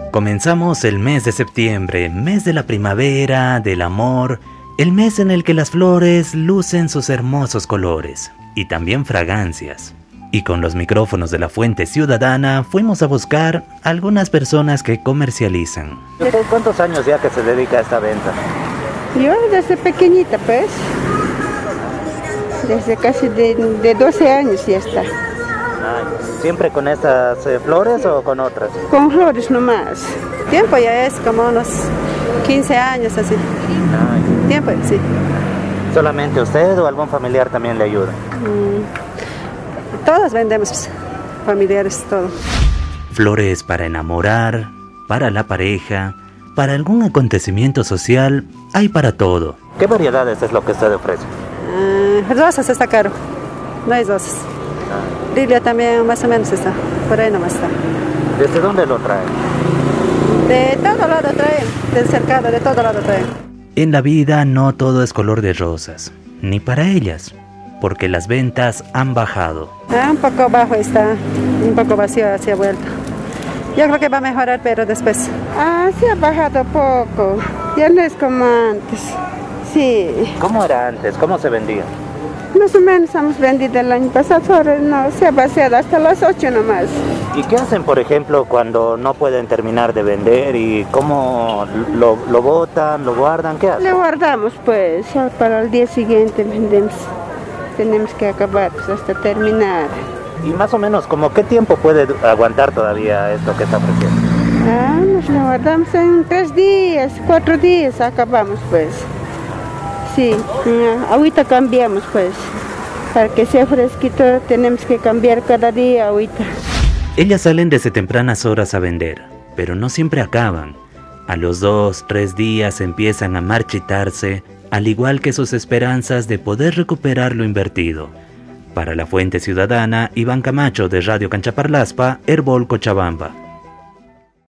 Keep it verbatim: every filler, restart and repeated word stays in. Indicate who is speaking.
Speaker 1: Comenzamos el mes de septiembre, mes de la primavera, del amor, el mes en el que las flores lucen sus hermosos colores y también fragancias. Y con los micrófonos de la Fuente Ciudadana fuimos a buscar algunas personas que comercializan.
Speaker 2: ¿Usted cuántos años ya que se dedica a esta venta?
Speaker 3: Yo desde pequeñita, pues. Desde casi de, de doce años ya está.
Speaker 2: ¿Siempre con estas eh, flores o con otras?
Speaker 3: Con flores nomás. Tiempo ya es como unos quince años así.
Speaker 2: Ay.
Speaker 3: Tiempo, sí.
Speaker 2: ¿Solamente usted o algún familiar también le ayuda?
Speaker 3: Mm, todos vendemos, familiares, todo.
Speaker 1: Flores para enamorar, para la pareja, para algún acontecimiento social, hay para todo.
Speaker 2: ¿Qué variedades es lo que usted ofrece?
Speaker 3: Uh, rosas está caro, no hay rosas. Lilia también más o menos está, por ahí nomás está.
Speaker 2: ¿Desde dónde lo traen?
Speaker 3: De todo lado traen, del cercado, de todo lado traen.
Speaker 1: En la vida no todo es color de rosas, ni para ellas, porque las ventas han bajado.
Speaker 3: Ah, un poco bajo está, un poco vacío hacia vuelta. Yo creo que va a mejorar, pero después. Ah, sí ha bajado poco, ya no es como antes, sí.
Speaker 2: ¿Cómo era antes? ¿Cómo se vendía?
Speaker 3: Más o menos hemos vendido el año pasado, ahora no, se ha vaciado hasta las ocho nomás.
Speaker 2: ¿Y qué hacen, por ejemplo, cuando no pueden terminar de vender y cómo lo, lo botan, lo guardan? ¿Qué hacen?
Speaker 3: Lo guardamos pues, para el día siguiente vendemos. Tenemos que acabar pues, hasta terminar.
Speaker 2: ¿Y más o menos como qué tiempo puede aguantar todavía esto que está ofreciendo?
Speaker 3: Ah, nos lo guardamos en tres días, cuatro días acabamos pues. Sí, ahorita cambiamos pues, para que sea fresquito tenemos que cambiar cada día ahorita.
Speaker 1: Ellas salen desde tempranas horas a vender, pero no siempre acaban. A los dos, tres días empiezan a marchitarse, al igual que sus esperanzas de poder recuperar lo invertido. Para la Fuente Ciudadana, Iván Camacho de Radio Canchaparlaspa, Herbol Cochabamba.